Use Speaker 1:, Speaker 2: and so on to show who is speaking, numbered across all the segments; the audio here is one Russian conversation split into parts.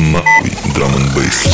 Speaker 1: нахуй драм н бейс.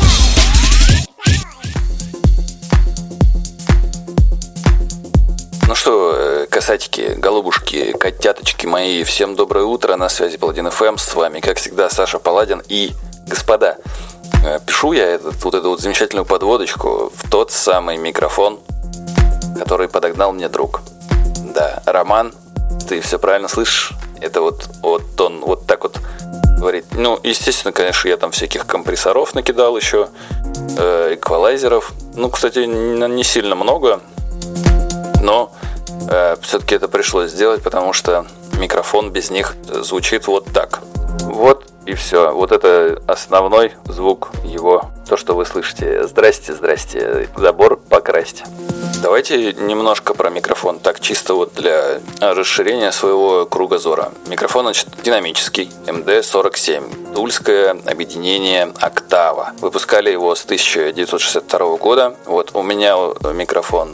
Speaker 2: Ну что, касатики, голубушки, котяточки мои, всем доброе утро, на связи Паладин ФМ, с вами, как всегда, Саша Паладин. И, господа, пишу я эту замечательную подводочку в тот самый микрофон, который подогнал мне друг. Да, Роман, ты все правильно слышишь, это вот он вот так вот говорит. Ну, естественно, конечно, я там всяких компрессоров накидал еще, эквалайзеров, ну, кстати, не сильно много, но все-таки это пришлось сделать, потому что микрофон без них звучит вот так. Вот и все. Вот это основной звук его, то, что вы слышите. Здрасте, забор покрасьте. Давайте немножко про микрофон, так чисто вот для расширения своего кругозора. Микрофон, значит, динамический, MD47, тульское объединение «Октава». Выпускали его с 1962 года. Вот у меня микрофон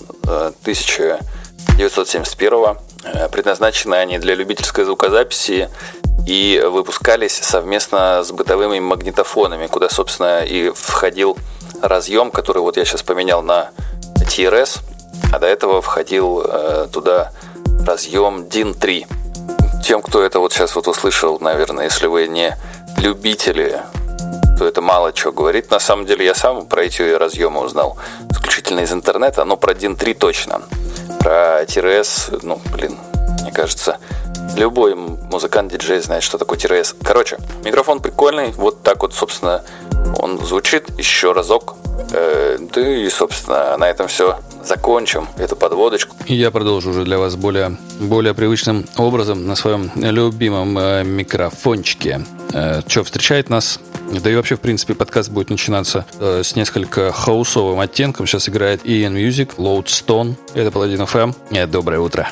Speaker 2: 1971. Предназначены они для любительской звукозаписи и выпускались совместно с бытовыми магнитофонами, куда, собственно, и входил разъем, который вот я сейчас поменял на TRS, а до этого входил туда разъем DIN-3. Тем, кто это вот сейчас вот услышал, наверное, если вы не любители, то это мало чего говорит. На самом деле я сам про эти разъемы узнал исключительно из интернета, но про DIN-3 точно. Про TRS, мне кажется, любой музыкант-диджей знает, что такое TRS. Короче, микрофон прикольный, вот так вот, собственно, он звучит. Еще разок. И, собственно, на этом все. Закончим эту подводочку.
Speaker 3: И я продолжу уже для вас более привычным образом на своем любимом микрофончике. Что встречает нас? Да и вообще, в принципе, подкаст будет начинаться с несколько хаусовым оттенком. Сейчас играет Ian Music, Loadstone. Это Паладин FM. Доброе утро.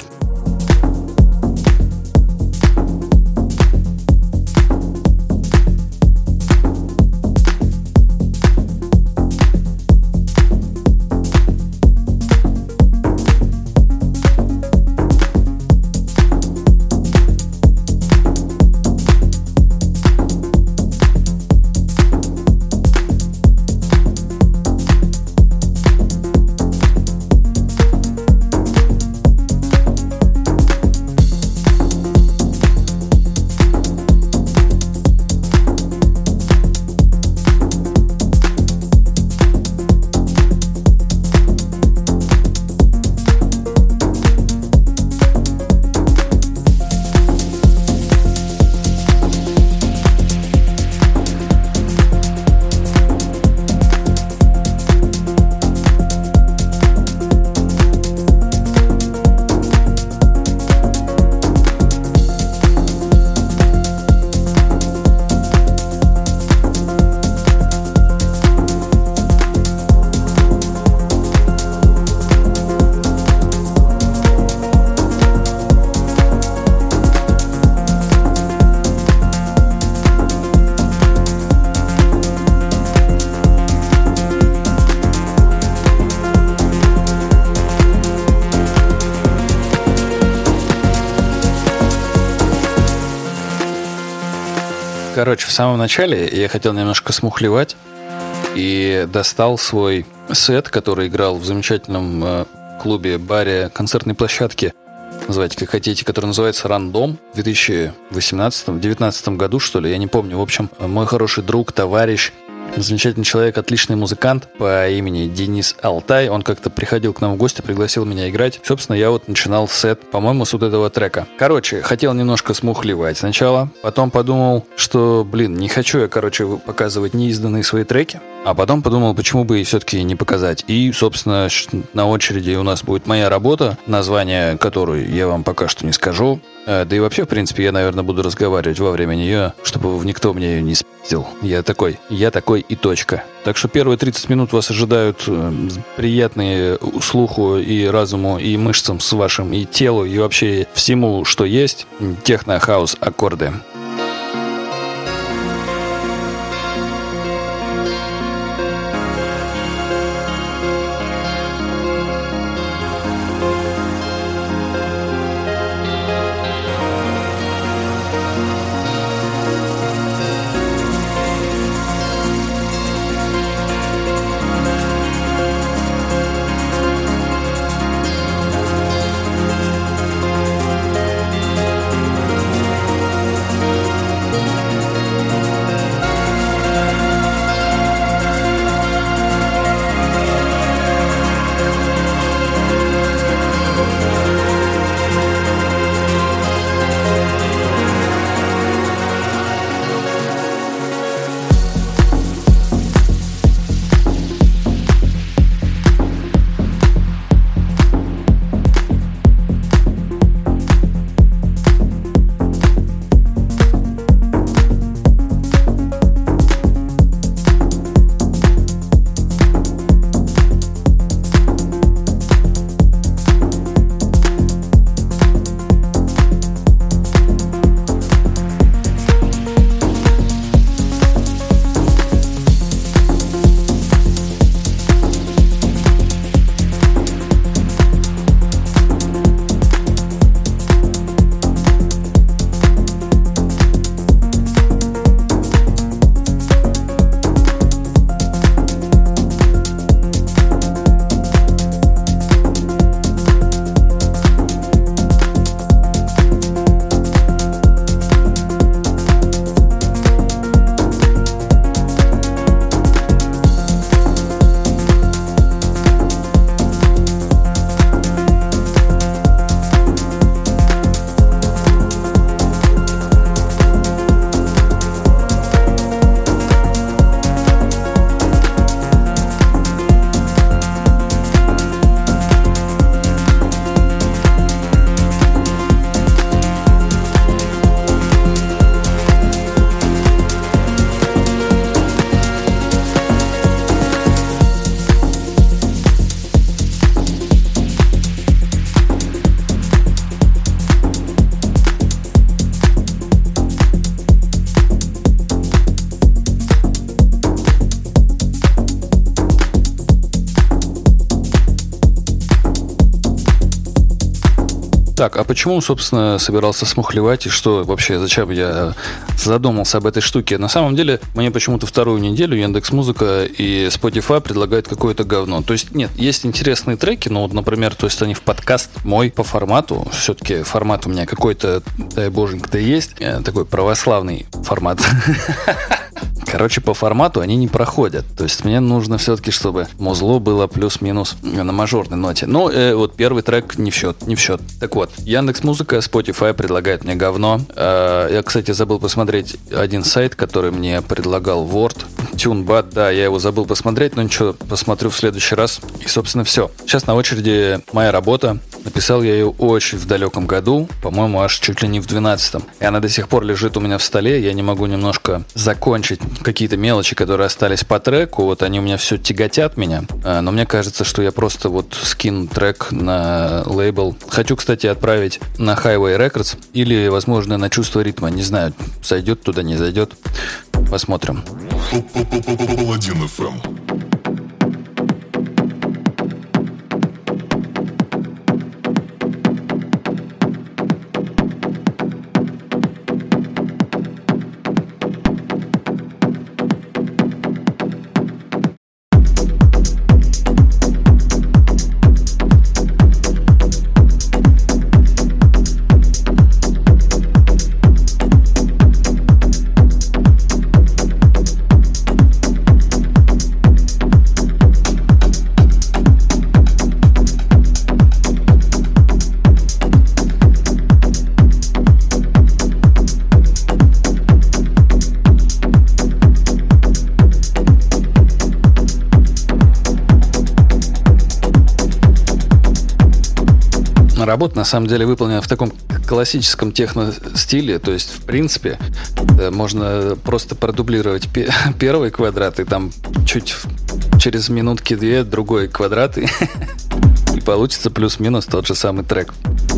Speaker 3: Короче, в самом начале я хотел немножко смухлевать и достал свой сет, который играл в замечательном клубе, баре, концертной площадке, называйте как хотите, который называется «Рандом», в 2018-2019 году, что ли, я не помню. В общем, мой хороший друг, товарищ, замечательный человек, отличный музыкант по имени Денис Алтай. Он как-то приходил к нам в гости, пригласил меня играть. Собственно, я вот начинал сет, по-моему, с вот этого трека. Короче, хотел немножко смухлевать сначала. Потом подумал, что, не хочу я, показывать неизданные свои треки. А потом подумал, почему бы и все-таки не показать. И, собственно, на очереди у нас будет моя работа, название которой я вам пока что не скажу. Да и вообще, в принципе, я, наверное, буду разговаривать во время нее, чтобы никто мне ее не спиздил. Я такой и точка. Так что первые 30 минут вас ожидают приятные слуху и разуму, и мышцам с вашим, и телу, и вообще всему, что есть. Техно-хаус аккорды. Так, а почему, собственно, собирался смухлевать и что вообще, зачем я задумался об этой штуке? На самом деле, мне почему-то вторую неделю Яндекс.Музыка и Spotify предлагают какое-то говно. То есть, нет, есть интересные треки, но вот, например, то есть они в подкаст мой по формату, все-таки формат у меня какой-то, дай боженька-то есть, такой православный формат. Короче, по формату они не проходят. То есть мне нужно все-таки, чтобы музло было плюс-минус на мажорной ноте. Ну, вот первый трек не в счет. Так вот, Яндекс.Музыка, Spotify предлагает мне говно. Я, кстати, забыл посмотреть один сайт, который мне предлагал Word. TuneBat, да, я его забыл посмотреть, но ничего, посмотрю в следующий раз. И, собственно, все. Сейчас на очереди моя работа. Написал я ее очень в далеком году, по-моему, аж чуть ли не в 12-м. И она до сих пор лежит у меня в столе. Я не могу немножко закончить какие-то мелочи, которые остались по треку. Вот они у меня все тяготят меня. Но мне кажется, что я просто вот скину трек на лейбл. Хочу, кстати, отправить на Highway Records или, возможно, на Чувство ритма. Не знаю, зайдет туда, не зайдет. Посмотрим.
Speaker 1: Паладин FM.
Speaker 3: Работа, на самом деле, выполнена в таком классическом техно-стиле. То есть, в принципе, можно просто продублировать первый квадрат и там чуть через минутки-две другой квадрат и получится плюс-минус тот же самый трек.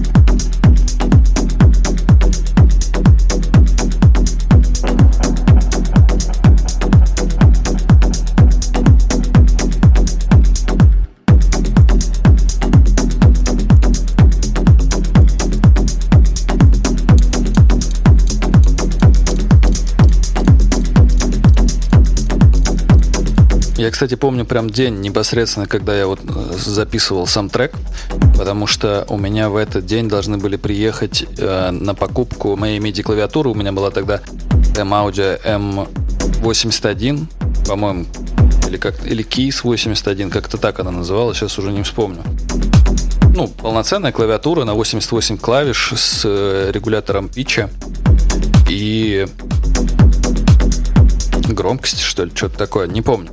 Speaker 3: Я, кстати, помню прям день непосредственно, когда я вот записывал сам трек, потому что у меня в этот день должны были приехать на покупку моей MIDI-клавиатуры. У меня была тогда M-Audio M81, по-моему, или Keys 81, как-то так она называлась, сейчас уже не вспомню. Ну, полноценная клавиатура на 88 клавиш с регулятором питча и громкости, что ли, что-то такое, не помню.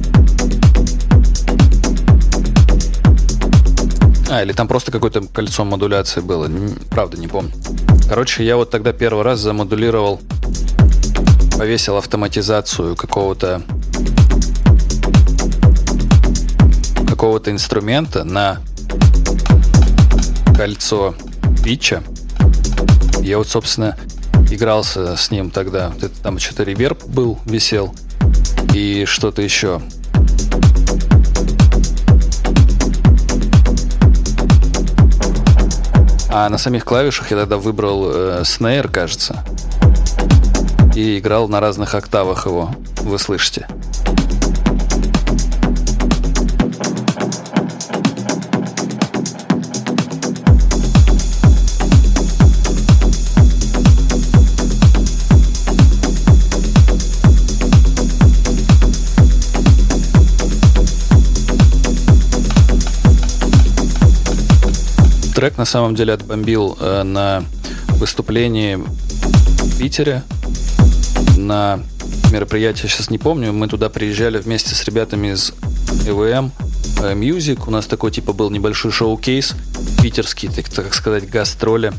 Speaker 3: Или там просто какое-то кольцо модуляции было. Правда, не помню. Короче, я вот тогда первый раз замодулировал, повесил автоматизацию какого-то инструмента на кольцо питча. Я вот, собственно, игрался с ним тогда. Там что-то реверб был, висел. И что-то еще. А на самих клавишах я тогда выбрал снейр, кажется. И играл на разных октавах его. Вы слышите. Трек на самом деле отбомбил на выступлении в Питере на мероприятие, сейчас не помню, мы туда приезжали вместе с ребятами из EVM Music, у нас такой типа был небольшой шоу-кейс питерский, так сказать, гастроли.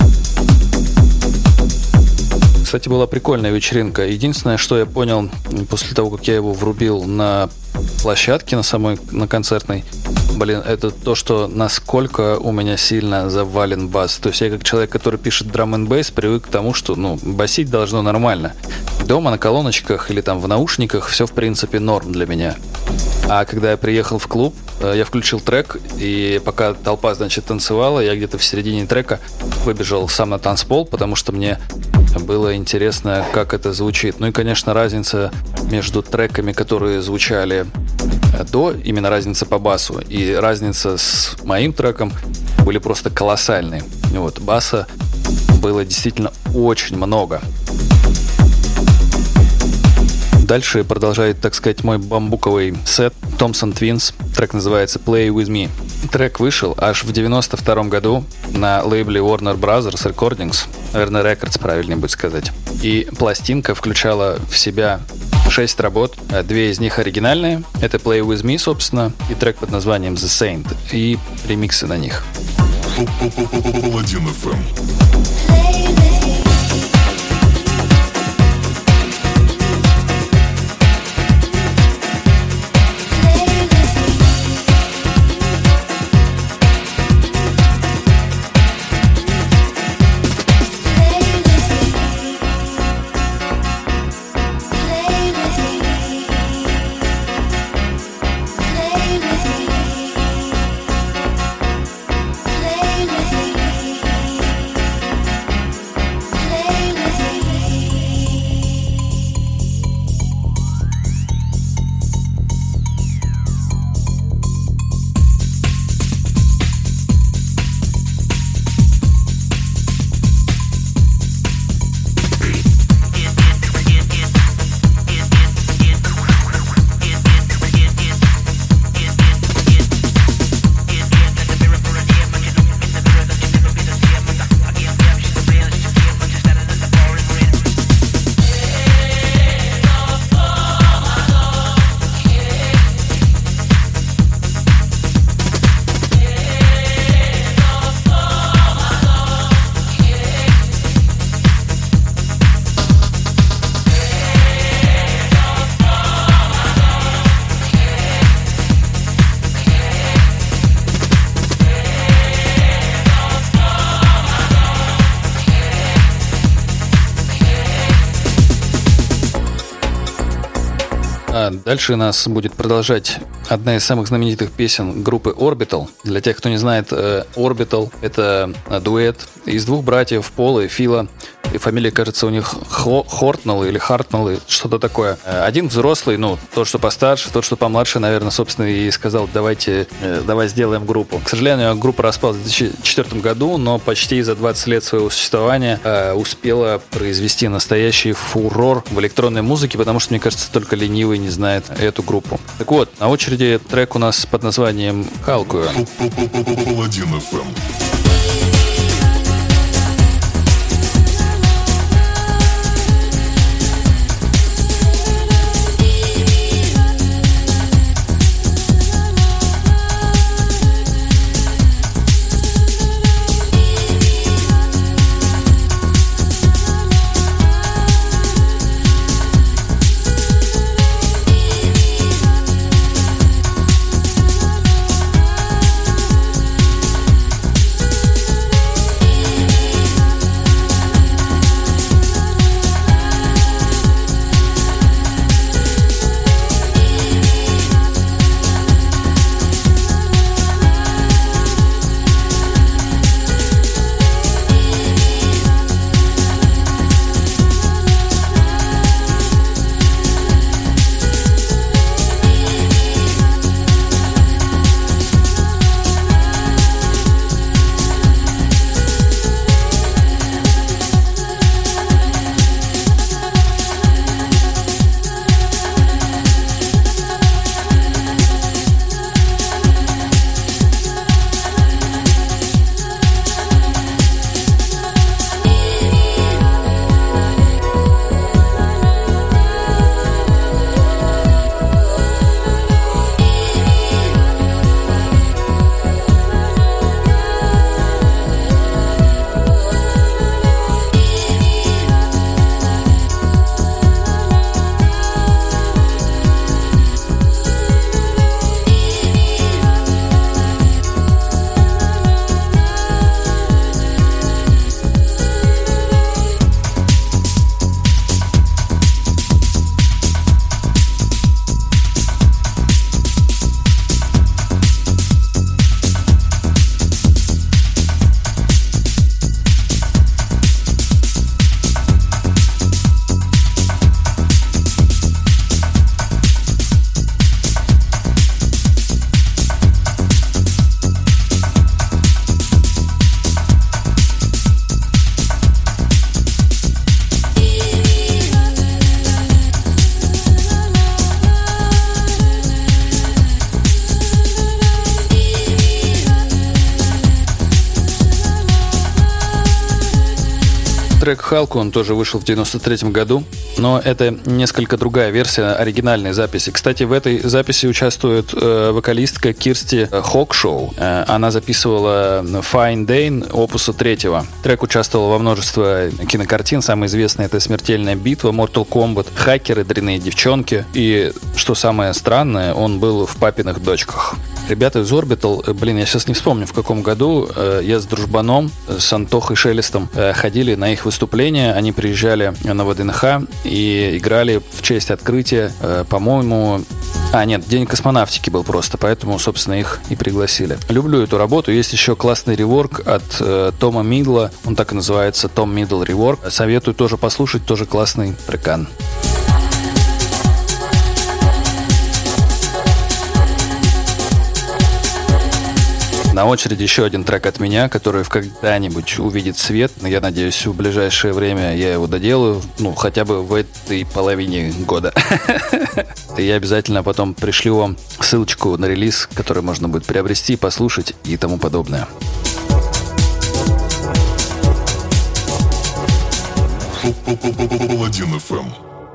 Speaker 3: Кстати, была прикольная вечеринка. Единственное, что я понял после того, как я его врубил на площадке на концертной, это то, что насколько у меня сильно завален бас. То есть я как человек, который пишет драм-н-бейс, привык к тому, что басить должно нормально. Дома на колоночках или там в наушниках все в принципе норм для меня. А когда я приехал в клуб, я включил трек, и пока толпа, значит, танцевала, я где-то в середине трека выбежал сам на танцпол, потому что мне было интересно, как это звучит. Ну и, конечно, разница между треками, которые звучали до, именно разница по басу, и разница с моим треком были просто колоссальные. Вот, баса было действительно очень много. Дальше продолжает, так сказать, мой бамбуковый сет Thompson Twins. Трек называется Play With Me. Трек вышел аж в 92 году на лейбле Warner Brothers Recordings. Наверное, Records, правильнее будет сказать. И пластинка включала в себя 6 работ. 2 из них оригинальные. Это Play With Me, собственно, и трек под названием The Saint. И ремиксы на них.
Speaker 1: Паладин FM.
Speaker 3: Дальше нас будет продолжать одна из самых знаменитых песен группы Orbital. Для тех, кто не знает, Orbital — это дуэт из 2 братьев, Пола и Фила. И фамилия, кажется, у них Хортнелл или Хартнелл, что-то такое. Один взрослый, ну, тот, что постарше, тот, что помладше, наверное, собственно, и сказал, давай сделаем группу. К сожалению, группа распалась в 2004 году, но почти за 20 лет своего существования успела произвести настоящий фурор в электронной музыке, потому что, мне кажется, только ленивый не знает эту группу. Так вот, на очереди трек у нас под названием «Халкую».
Speaker 1: Паладин FM.
Speaker 3: трек «Халку», он тоже вышел в 93-м году, но это несколько другая версия оригинальной записи. Кстати, в этой записи участвует вокалистка Кирсти Хокшоу. Она записывала «Fine Day» опуса 3-го. Трек участвовал во множестве кинокартин. Самый известный — это «Смертельная битва», «Mortal Kombat», «Хакеры», «Дрянные девчонки». И, что самое странное, он был в «Папиных дочках». Ребята из Orbital, я сейчас не вспомню, в каком году, я с дружбаном, с Антохой Шелестом, ходили на их выступления. Они приезжали на ВДНХ и играли в честь открытия, по-моему... День космонавтики был просто, поэтому, собственно, их и пригласили. Люблю эту работу. Есть еще классный реворк от Тома Мидла. Он так и называется, Том Мидл Реворк. Советую тоже послушать, тоже классный трекан. На очереди еще один трек от меня, который когда-нибудь увидит свет. Я надеюсь, в ближайшее время я его доделаю. Хотя бы в этой половине года. И я обязательно потом пришлю вам ссылочку на релиз, который можно будет приобрести, послушать и тому подобное.
Speaker 1: Паладин FM.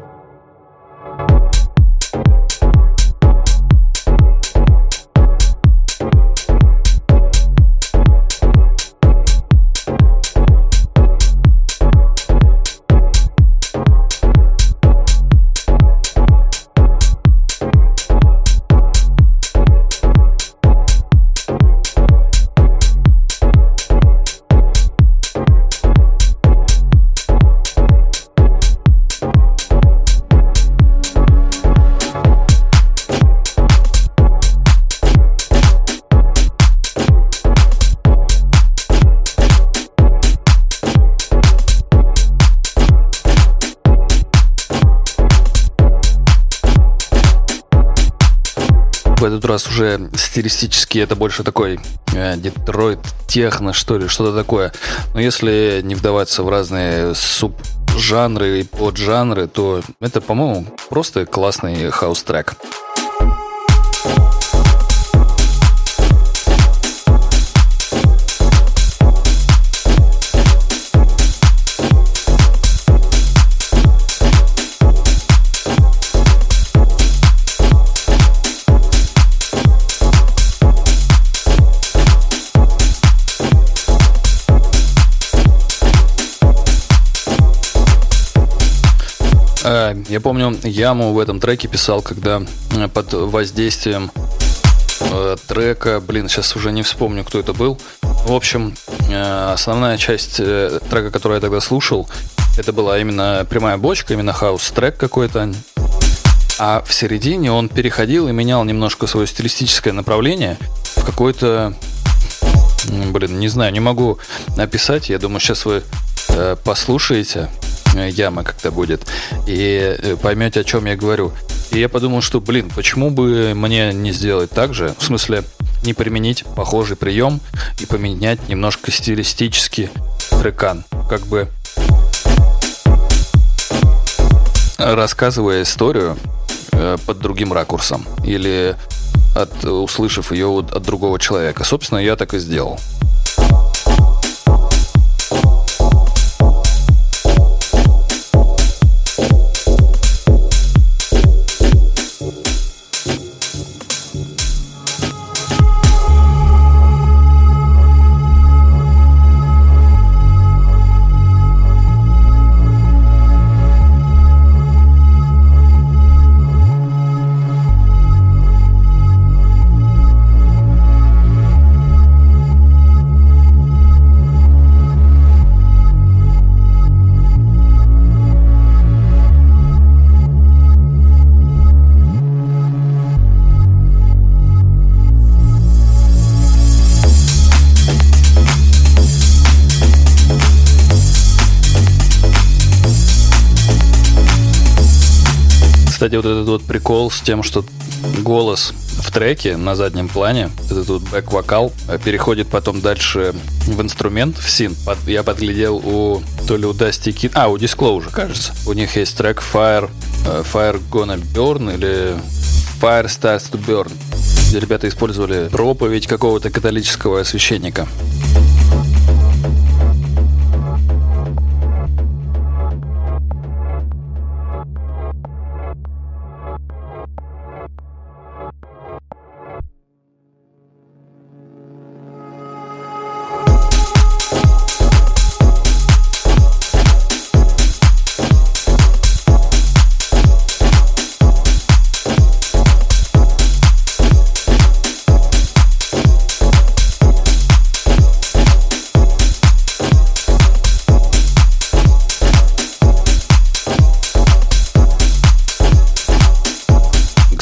Speaker 3: В этот раз уже стилистически это больше такой Детройт техно, что ли, что-то такое. Но если не вдаваться в разные субжанры и поджанры, то это, по-моему, просто классный хаус-трек. Я помню, Яму в этом треке писал, когда под воздействием трека, сейчас уже не вспомню, кто это был. В общем, основная часть трека, который я тогда слушал, это была именно прямая бочка, именно хаус-трек какой-то. А в середине он переходил и менял немножко свое стилистическое направление в какой-то... не знаю, не могу описать. Я думаю, сейчас вы послушаете Яма, когда будет, и поймете, о чем я говорю. И я подумал, что, почему бы мне не сделать так же? В смысле, не применить похожий прием и поменять немножко стилистически трекан. Как бы рассказывая историю под другим ракурсом или услышав ее от другого человека. Собственно, я так и сделал. Кстати, вот этот вот прикол с тем, что голос в треке на заднем плане, этот вот бэк-вокал, переходит потом дальше в инструмент, в синт. Я подглядел у Dusty Kid, у Disclosure, кажется. У них есть трек Fire Gonna Burn или Fire Starts to Burn, где ребята использовали проповедь какого-то католического священника.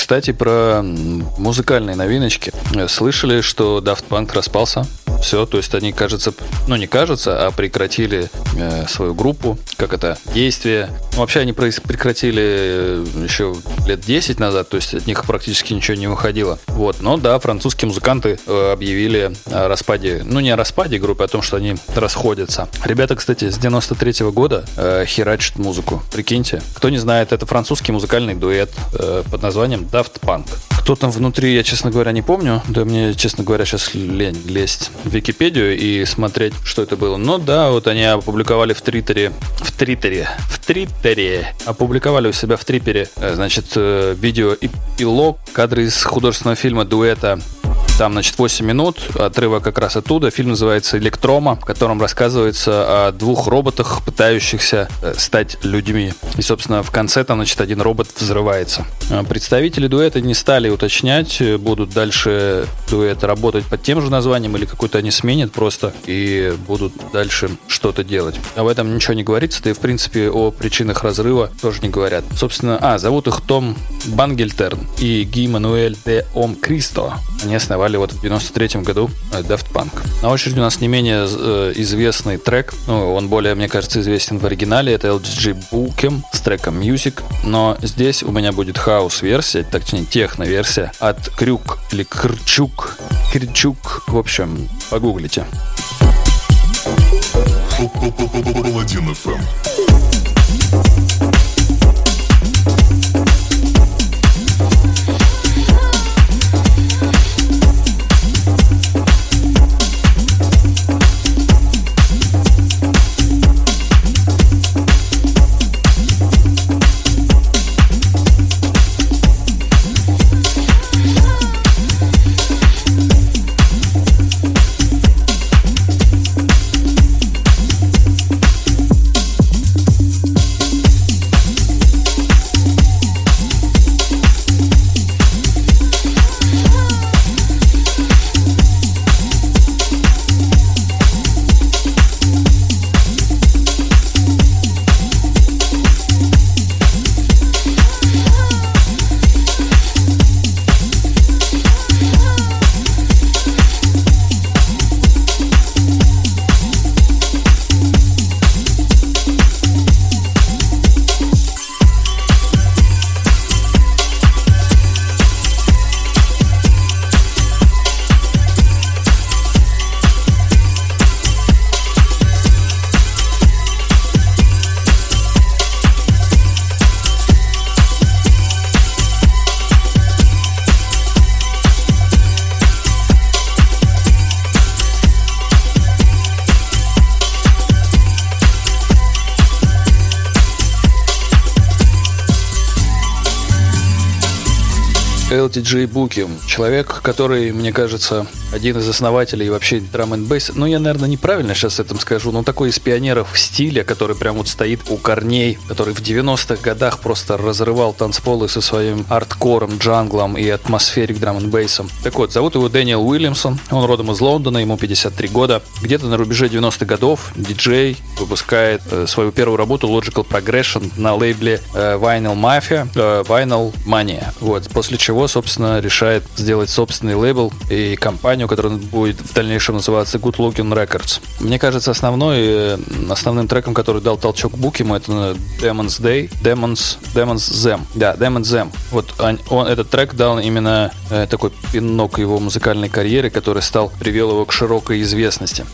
Speaker 3: Кстати, про музыкальные новиночки. Слышали, что Daft Punk распался? Все, то есть они, кажется, не кажется, а прекратили свою группу, действие. Вообще они прекратили еще лет 10 назад, то есть от них практически ничего не выходило. Вот, но да, французские музыканты объявили о распаде, не о распаде группы, а о том, что они расходятся. Ребята, кстати, с 93-го года херачат музыку. Прикиньте. Кто не знает, это французский музыкальный дуэт под названием Daft Punk. Кто там внутри, я, честно говоря, не помню. Да мне, честно говоря, сейчас лень лезть в Википедию и смотреть, что это было. Но да, вот они опубликовали в Твиттере, опубликовали у себя в Твиттере, значит, видеоэпилог, кадры из художественного фильма дуэта. Там, 8 минут, отрывок как раз оттуда. Фильм называется «Электрома», в котором рассказывается о двух роботах, пытающихся стать людьми. И, собственно, в конце там, один робот взрывается. Представители дуэта не стали уточнять, будут дальше дуэт работать под тем же названием или какой-то они сменят просто и будут дальше что-то делать. Об этом ничего не говорится, да и, в принципе, о причинах разрыва тоже не говорят. Собственно, зовут их Том Бангельтерн и Ги Мануэль де Ом Кристо. Они основали в 93-м году Daft Punk. На очереди у нас не менее известный трек, он более, мне кажется, известен в оригинале, это LTG Bukem с треком Music, но здесь у меня будет хаус-версия, точнее техно-версия от Крюк или Крчук, в общем, погуглите.
Speaker 1: Паладин FM.
Speaker 3: LTG Bukem. Человек, который, мне кажется, один из основателей вообще драм-н-бейса. Я, наверное, неправильно сейчас этом скажу, но такой из пионеров стиля, который прям стоит у корней, который в 90-х годах просто разрывал танцполы со своим арткором, джанглом и атмосферик драм-н-бейсом. Так вот, зовут его Дэниел Уильямсон, он родом из Лондона, ему 53 года. Где-то на рубеже 90-х годов диджей выпускает свою первую работу Logical Progression на лейбле Vinyl Mafia, Vinyl Mania. Вот, после чего, собственно, решает сделать собственный лейбл и компанию, которая будет в дальнейшем называться Good Looking Records. Мне кажется, основным треком, который дал толчок Букему, это Demon's Them. Да, Demon's Them. Вот этот трек дал именно такой пинок его музыкальной карьере, который привел его к широкой известности.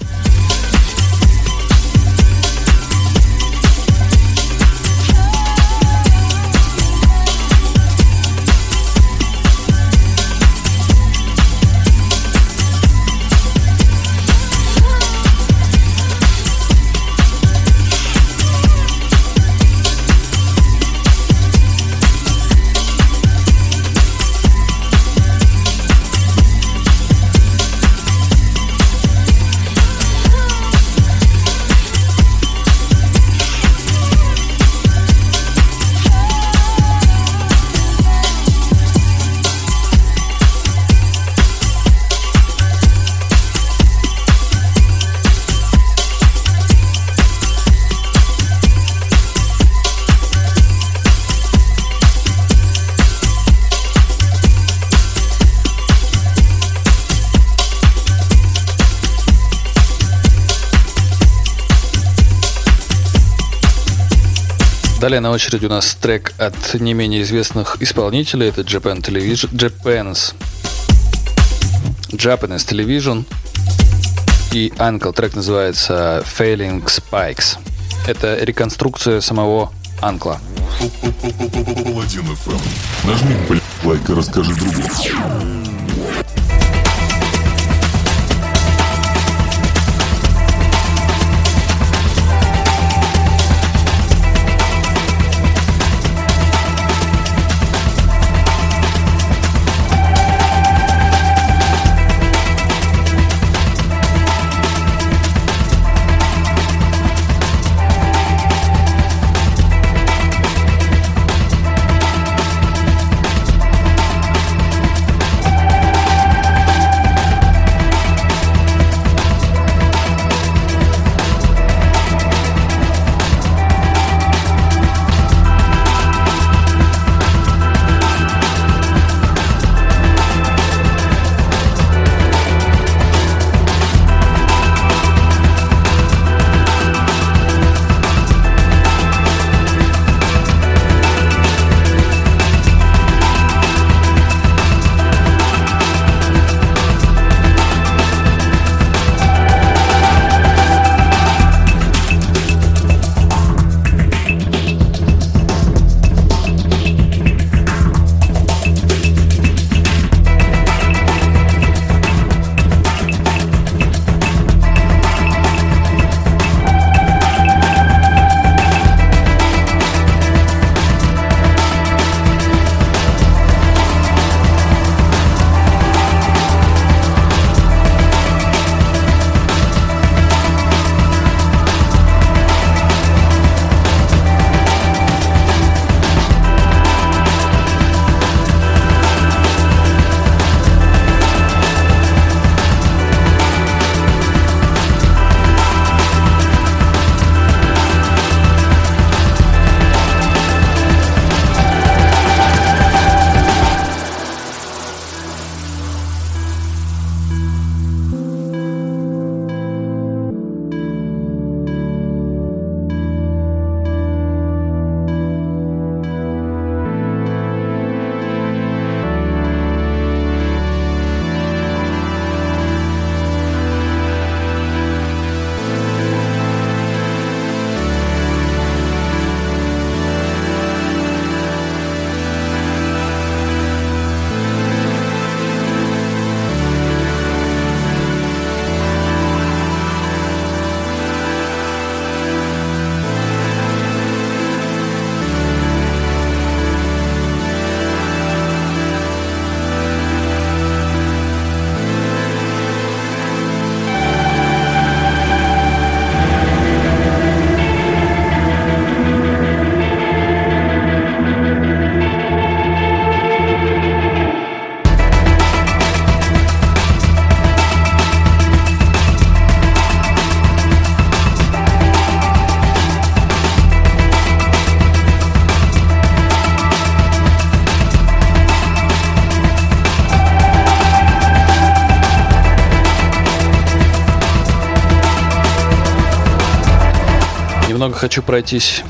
Speaker 3: Далее на очереди у нас трек от не менее известных исполнителей. Это Japanese Television и Uncle. Трек называется Failing Spikes. Это реконструкция самого Uncle.
Speaker 1: Паладин FM. Нажми, лайк и расскажи другу.
Speaker 3: Немного хочу пройтись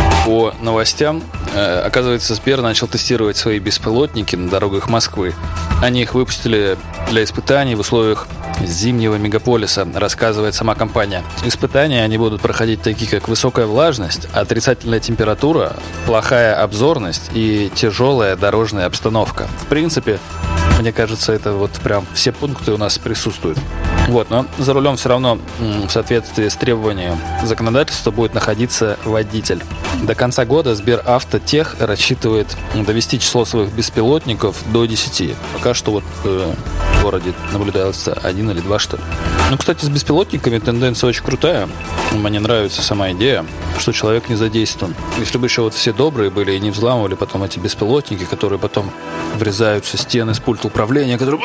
Speaker 3: по новостям. Оказывается, Сбер начал тестировать свои беспилотники на дорогах Москвы. Они их выпустили для испытаний в условиях зимнего мегаполиса, рассказывает сама компания. Испытания они будут проходить такие, как высокая влажность, отрицательная температура, плохая обзорность и тяжелая дорожная обстановка. В принципе, мне кажется, это вот прям все пункты у нас присутствуют. Вот, но за рулем все равно в соответствии с требованием законодательства будет находиться водитель. До конца года Сберавтотех рассчитывает довести число своих беспилотников до 10. Пока что вот в городе наблюдается 1 или 2, что ли. Ну, кстати, с беспилотниками тенденция очень крутая. Мне нравится сама идея, что человек не задействован. Если бы еще вот все добрые были и не взламывали потом эти беспилотники, которые потом врезаются в стены с пульта управления, которые...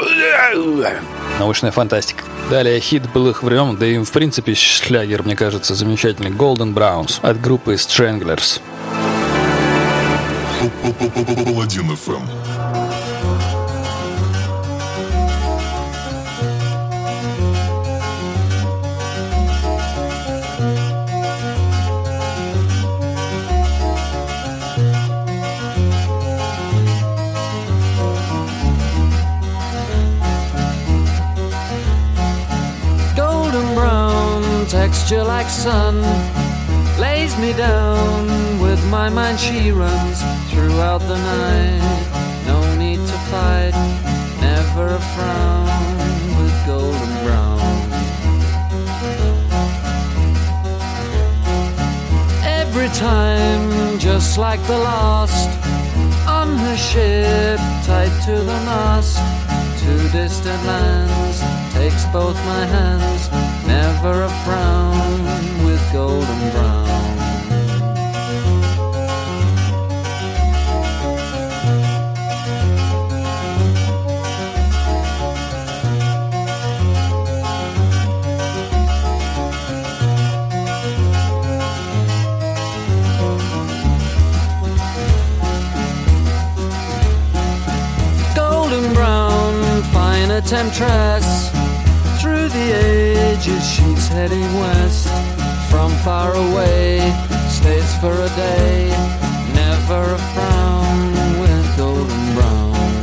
Speaker 3: Научная фантастика. Далее хит былых времен, да и в принципе шлягер, мне кажется, замечательный, Golden Browns от группы Stranglers.
Speaker 1: Паладин FM.
Speaker 4: like sun lays me down. With my mind she runs throughout the night. No need to fight, never a frown, with golden brown. Every time, just like the last, on her ship, tied to the mast, to distant lands, takes both my hands, never a frown, with golden brown. Temptress, through the ages she's heading west. From far away, stays for a day, never a frown, with golden brown.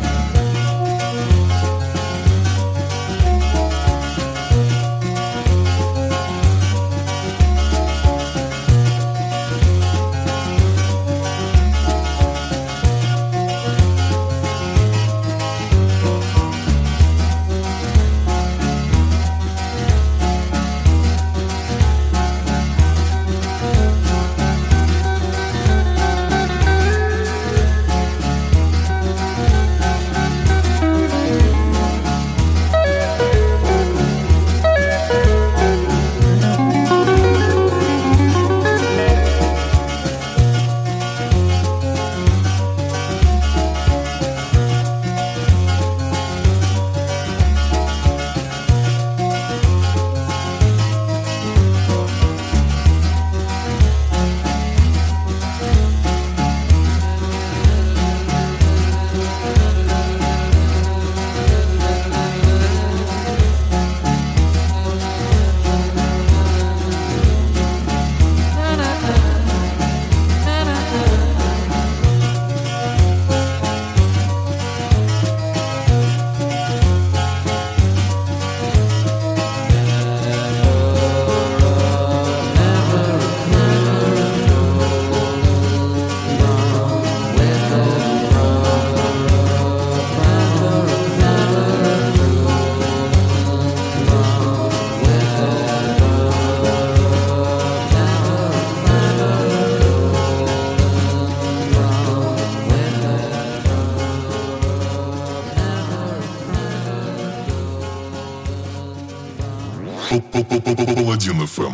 Speaker 1: Паладин FM.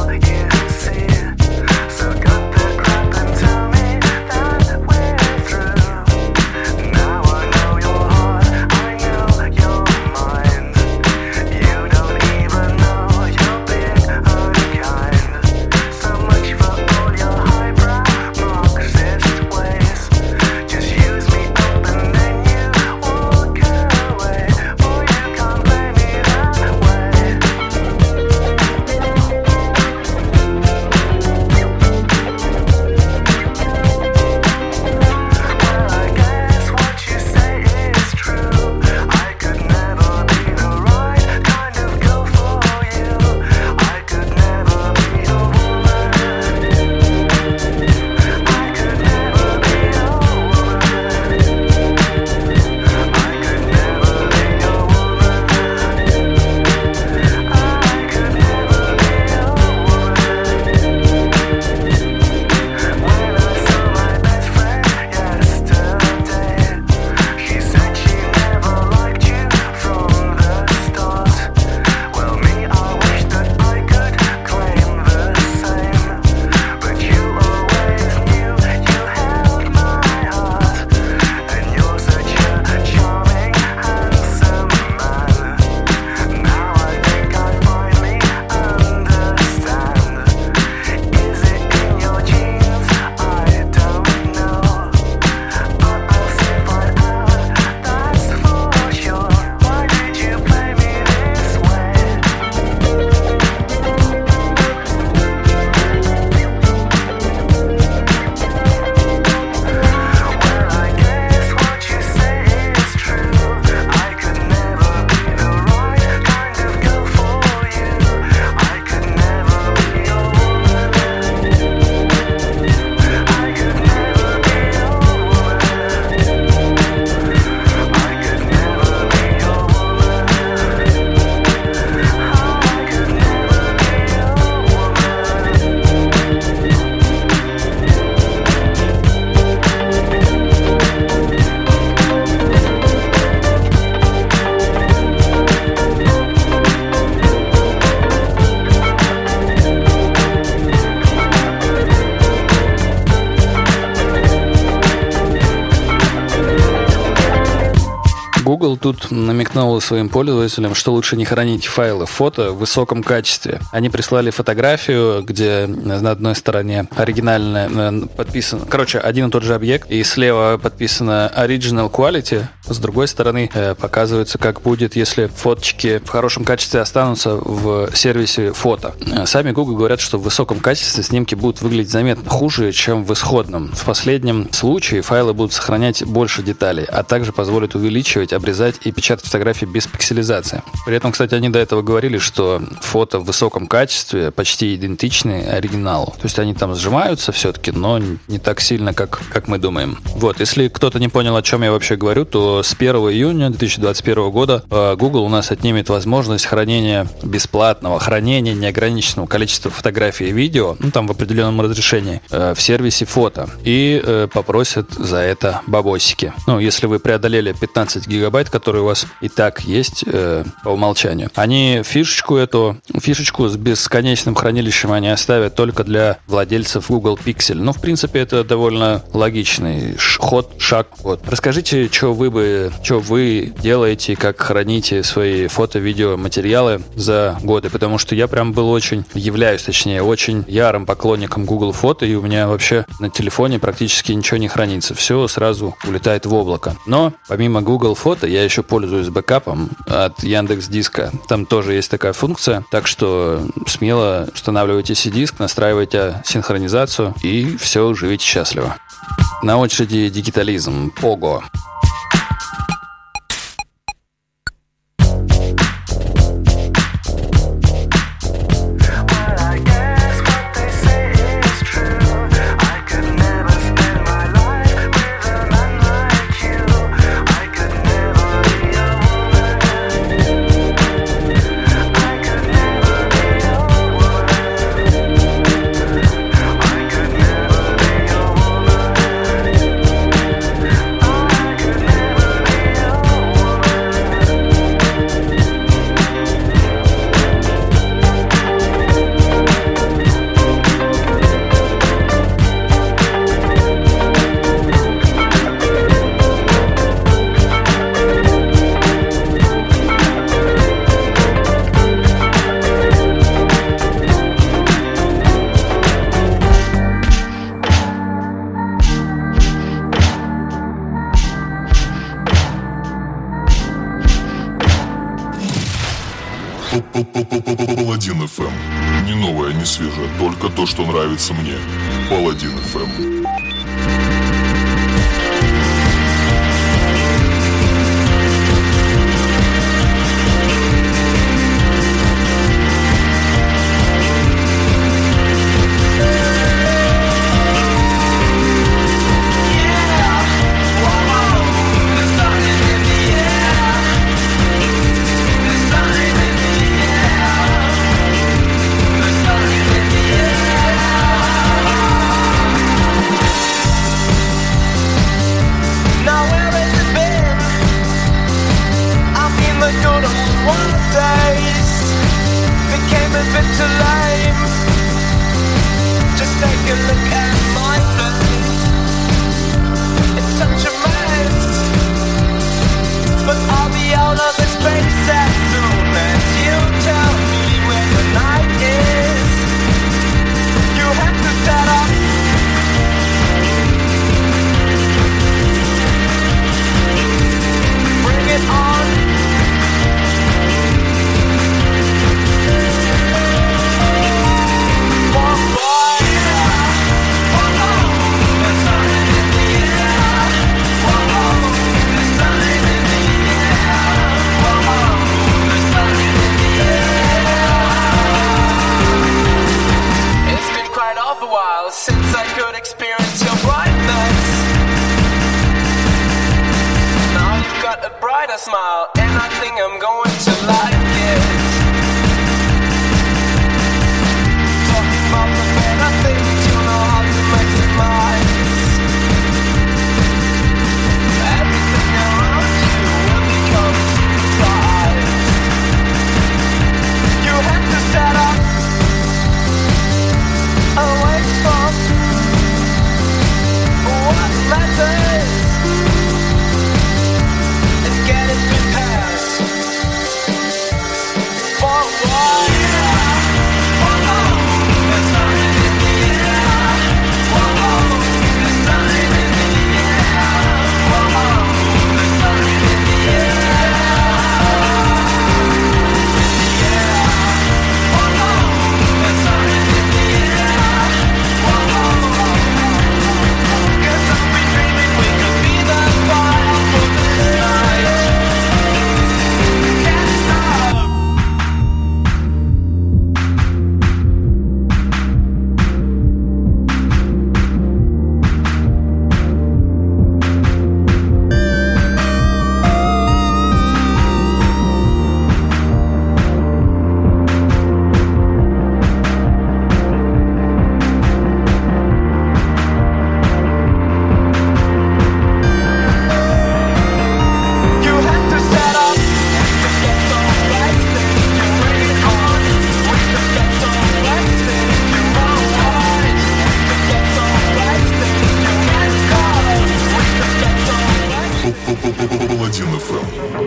Speaker 5: Through
Speaker 3: Google тут намекнул своим пользователям, что лучше не хранить файлы фото в высоком качестве. Они прислали фотографию, где на одной стороне оригинальная подписано, один и тот же объект, и слева подписано Original Quality, с другой стороны показывается, как будет, если фоточки в хорошем качестве останутся в сервисе фото. Сами Google говорят, что в высоком качестве снимки будут выглядеть заметно хуже, чем в исходном. В последнем случае файлы будут сохранять больше деталей, а также позволят увеличивать, обрезать и печатать фотографии без пикселизации. При этом, кстати, они до этого говорили, что фото в высоком качестве почти идентичны оригиналу. То есть они там сжимаются все-таки, но не так сильно, как мы думаем. Вот, если кто-то не понял, о чем я вообще говорю, то с 1 июня 2021 года Google у нас отнимет возможность бесплатного хранения неограниченного количества фотографий и видео, там в определенном разрешении, в сервисе фото. И попросят за это бабосики. Если вы преодолели 15 гигабайт, которые у вас и так есть по умолчанию. Они фишечку с бесконечным хранилищем они оставят только для владельцев Google Pixel. В принципе, это довольно логичный шаг. Вот. Расскажите, что вы делаете, как храните свои фото-видео материалы за годы, потому что я прям являюсь очень ярым поклонником Google Фото, и у меня вообще на телефоне практически ничего не хранится. Все сразу улетает в облако. Но помимо Google Фото я еще пользуюсь бэкапом от Яндекс.Диска. Там тоже есть такая функция, так что смело устанавливайте CD-диск, настраивайте синхронизацию и все, живите счастливо. На очереди дигитализм. Pogo.
Speaker 1: Паладин FM. Не новое, не свежее, только то, что нравится мне. Паладин FM.
Speaker 5: Smile, and I think I'm going to like it. Talking about the better things, you know how to maximize. Everything around you will become supervised. You have to set up away from what matters. Get it.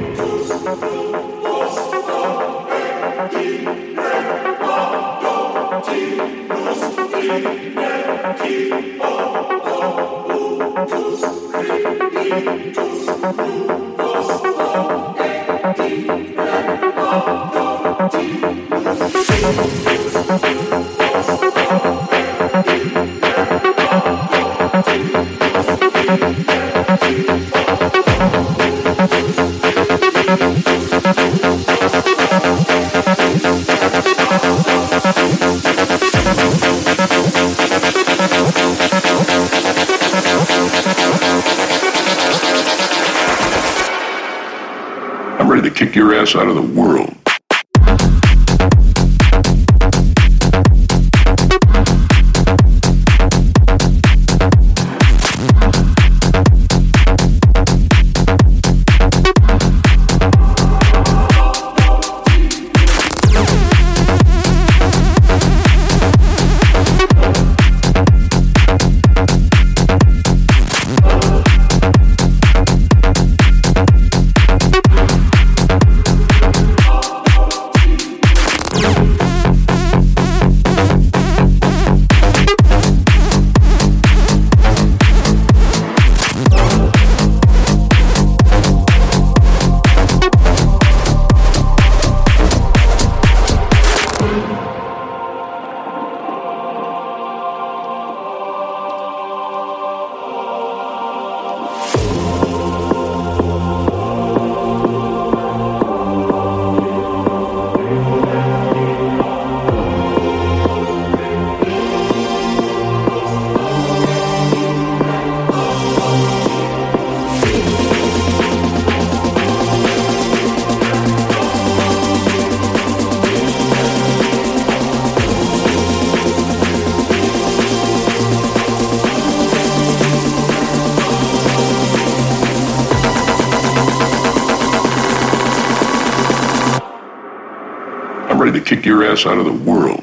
Speaker 1: I'm ready to kick your ass out of the world. Ready to kick your ass out of the world.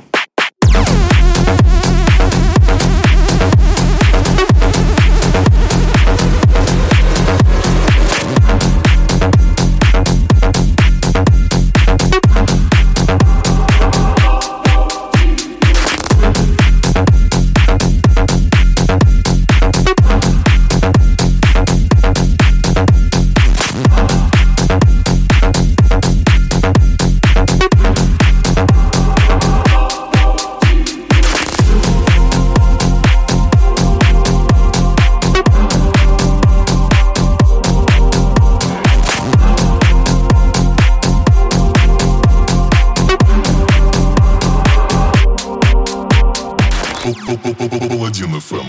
Speaker 1: Паладин FM.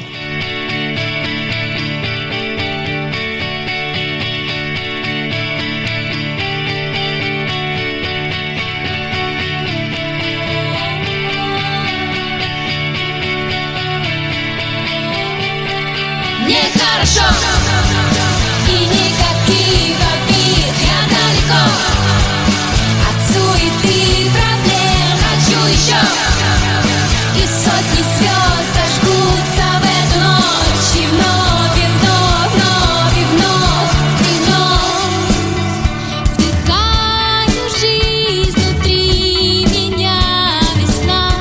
Speaker 6: Нехорошо и никаких обид. Я далеко от суеты проблем. Хочу еще, и сотни звезд зажгутся в эту ночь. И вновь, и вновь, вновь, и вновь, и вновь вдыхаю жизнь внутри меня весна.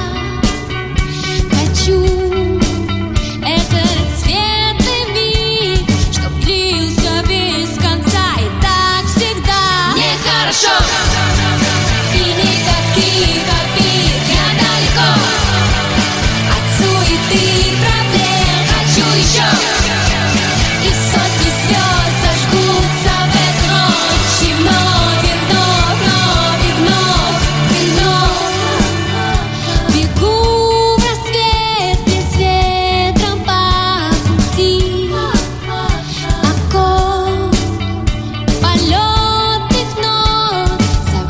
Speaker 6: Хочу этот светлый миг, чтоб длился без конца, и так всегда. Нехорошо и никаких обид. Я далеко от суеты проблем. Хочу еще, и сотни звезд зажгутся в эту ночь. И вновь, и вновь, вновь, и вновь, и вновь бегу в рассвет без ветром по пути. Окон полетных нот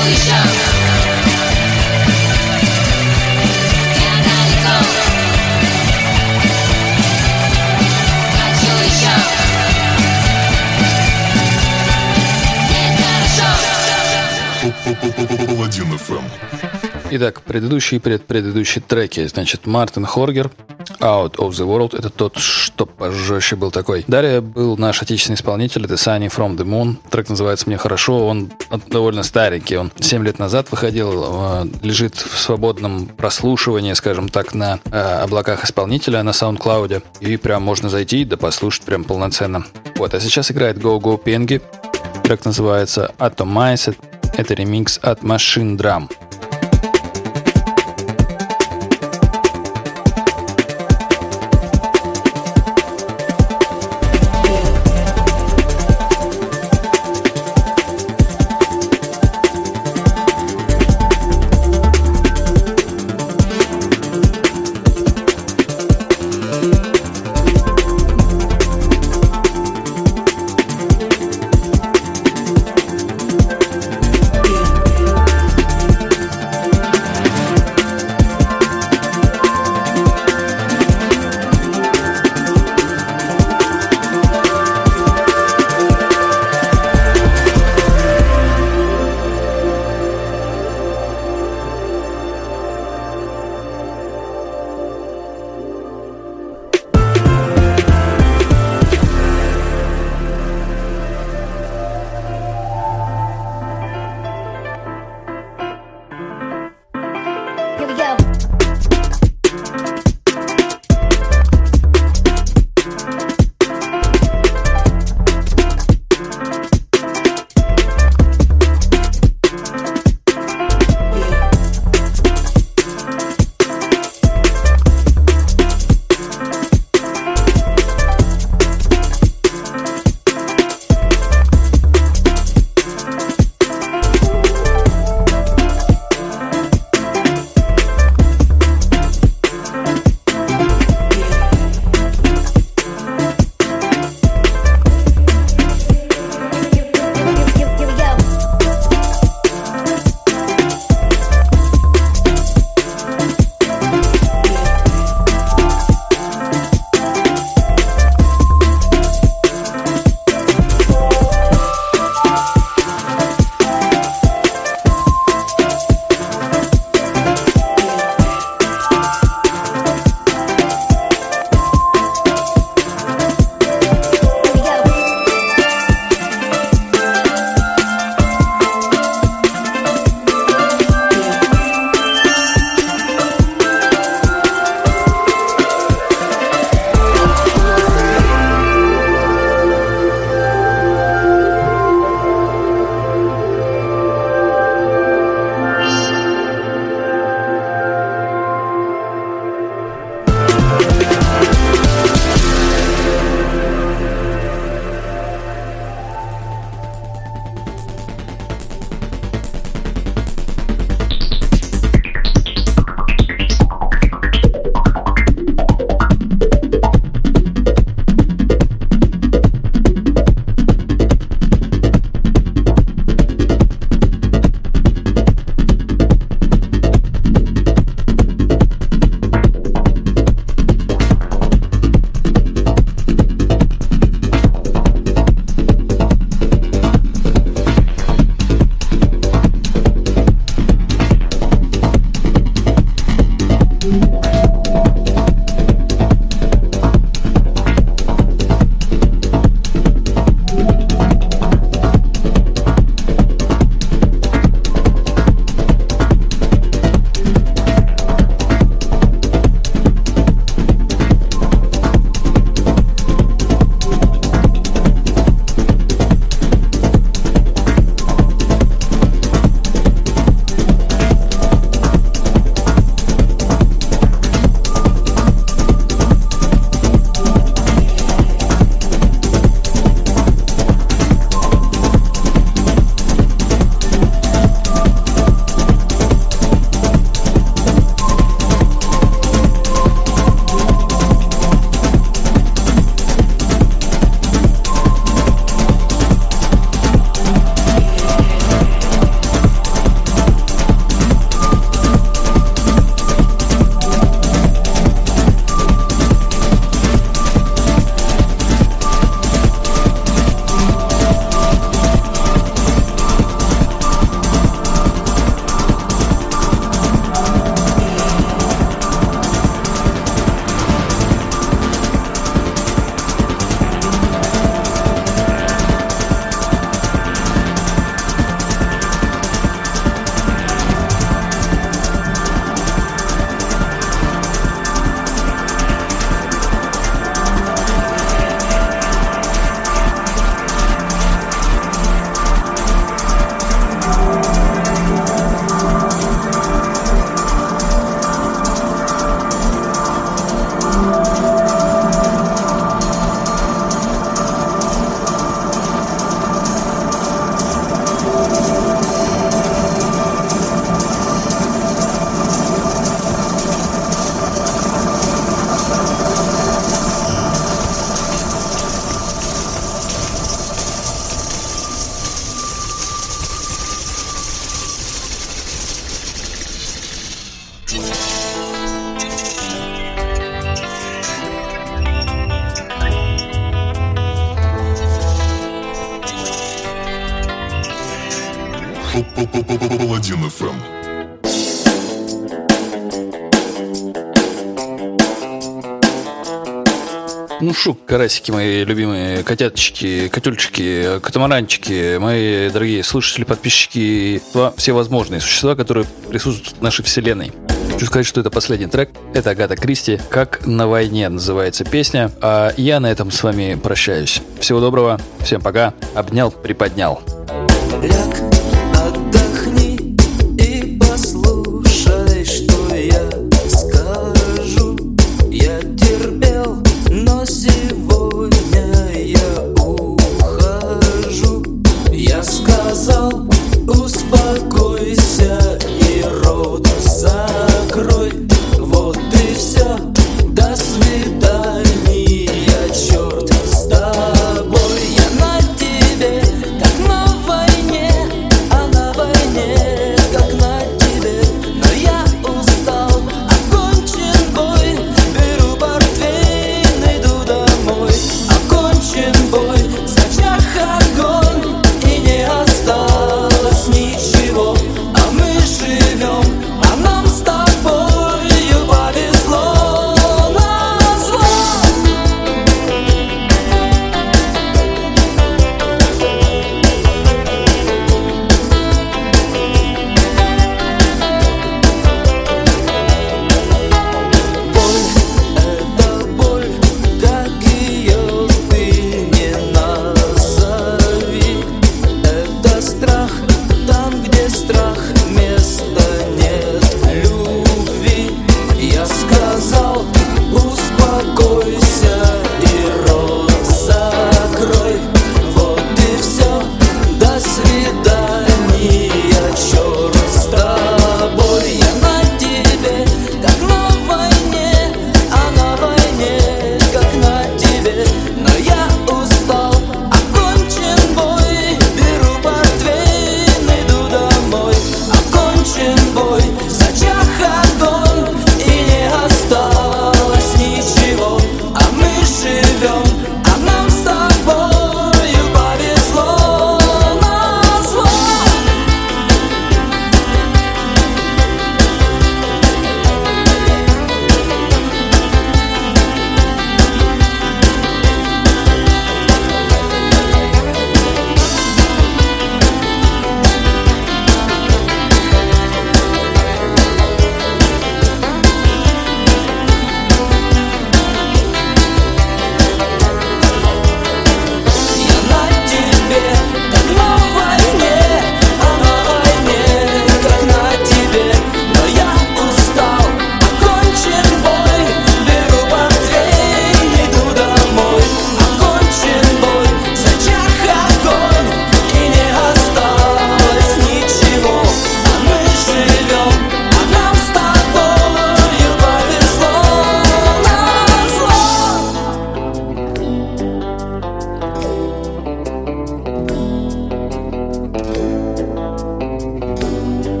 Speaker 6: еще. Я далеко. Хочу еще. Мне хорошо.
Speaker 1: Паладин FM.
Speaker 3: Итак, предыдущие и предыдущие треки. Значит, Мартин Хоргер, Out of the World. Это тот, что пожестче был такой. Далее был наш отечественный исполнитель. Это Sunny from the Moon. Трек называется «Мне хорошо». Он довольно старенький. Он 7 лет назад выходил. Лежит в свободном прослушивании, скажем так, на облаках исполнителя, на SoundCloud. И прям можно зайти да послушать прям полноценно. Вот, а сейчас играет Go Go Pengi. Трек называется Atomized. Это ремикс от Machine Drum.
Speaker 1: Паладин FM.
Speaker 3: Ну шо, карасики мои любимые, котяточки, котюльчики, катамаранчики, мои дорогие слушатели, подписчики, всевозможные существа, которые присутствуют в нашей вселенной. Хочу сказать, что это последний трек. Это Агата Кристи. «Как на войне» называется песня. А я на этом с вами прощаюсь. Всего доброго, всем пока. Обнял, приподнял.
Speaker 5: Look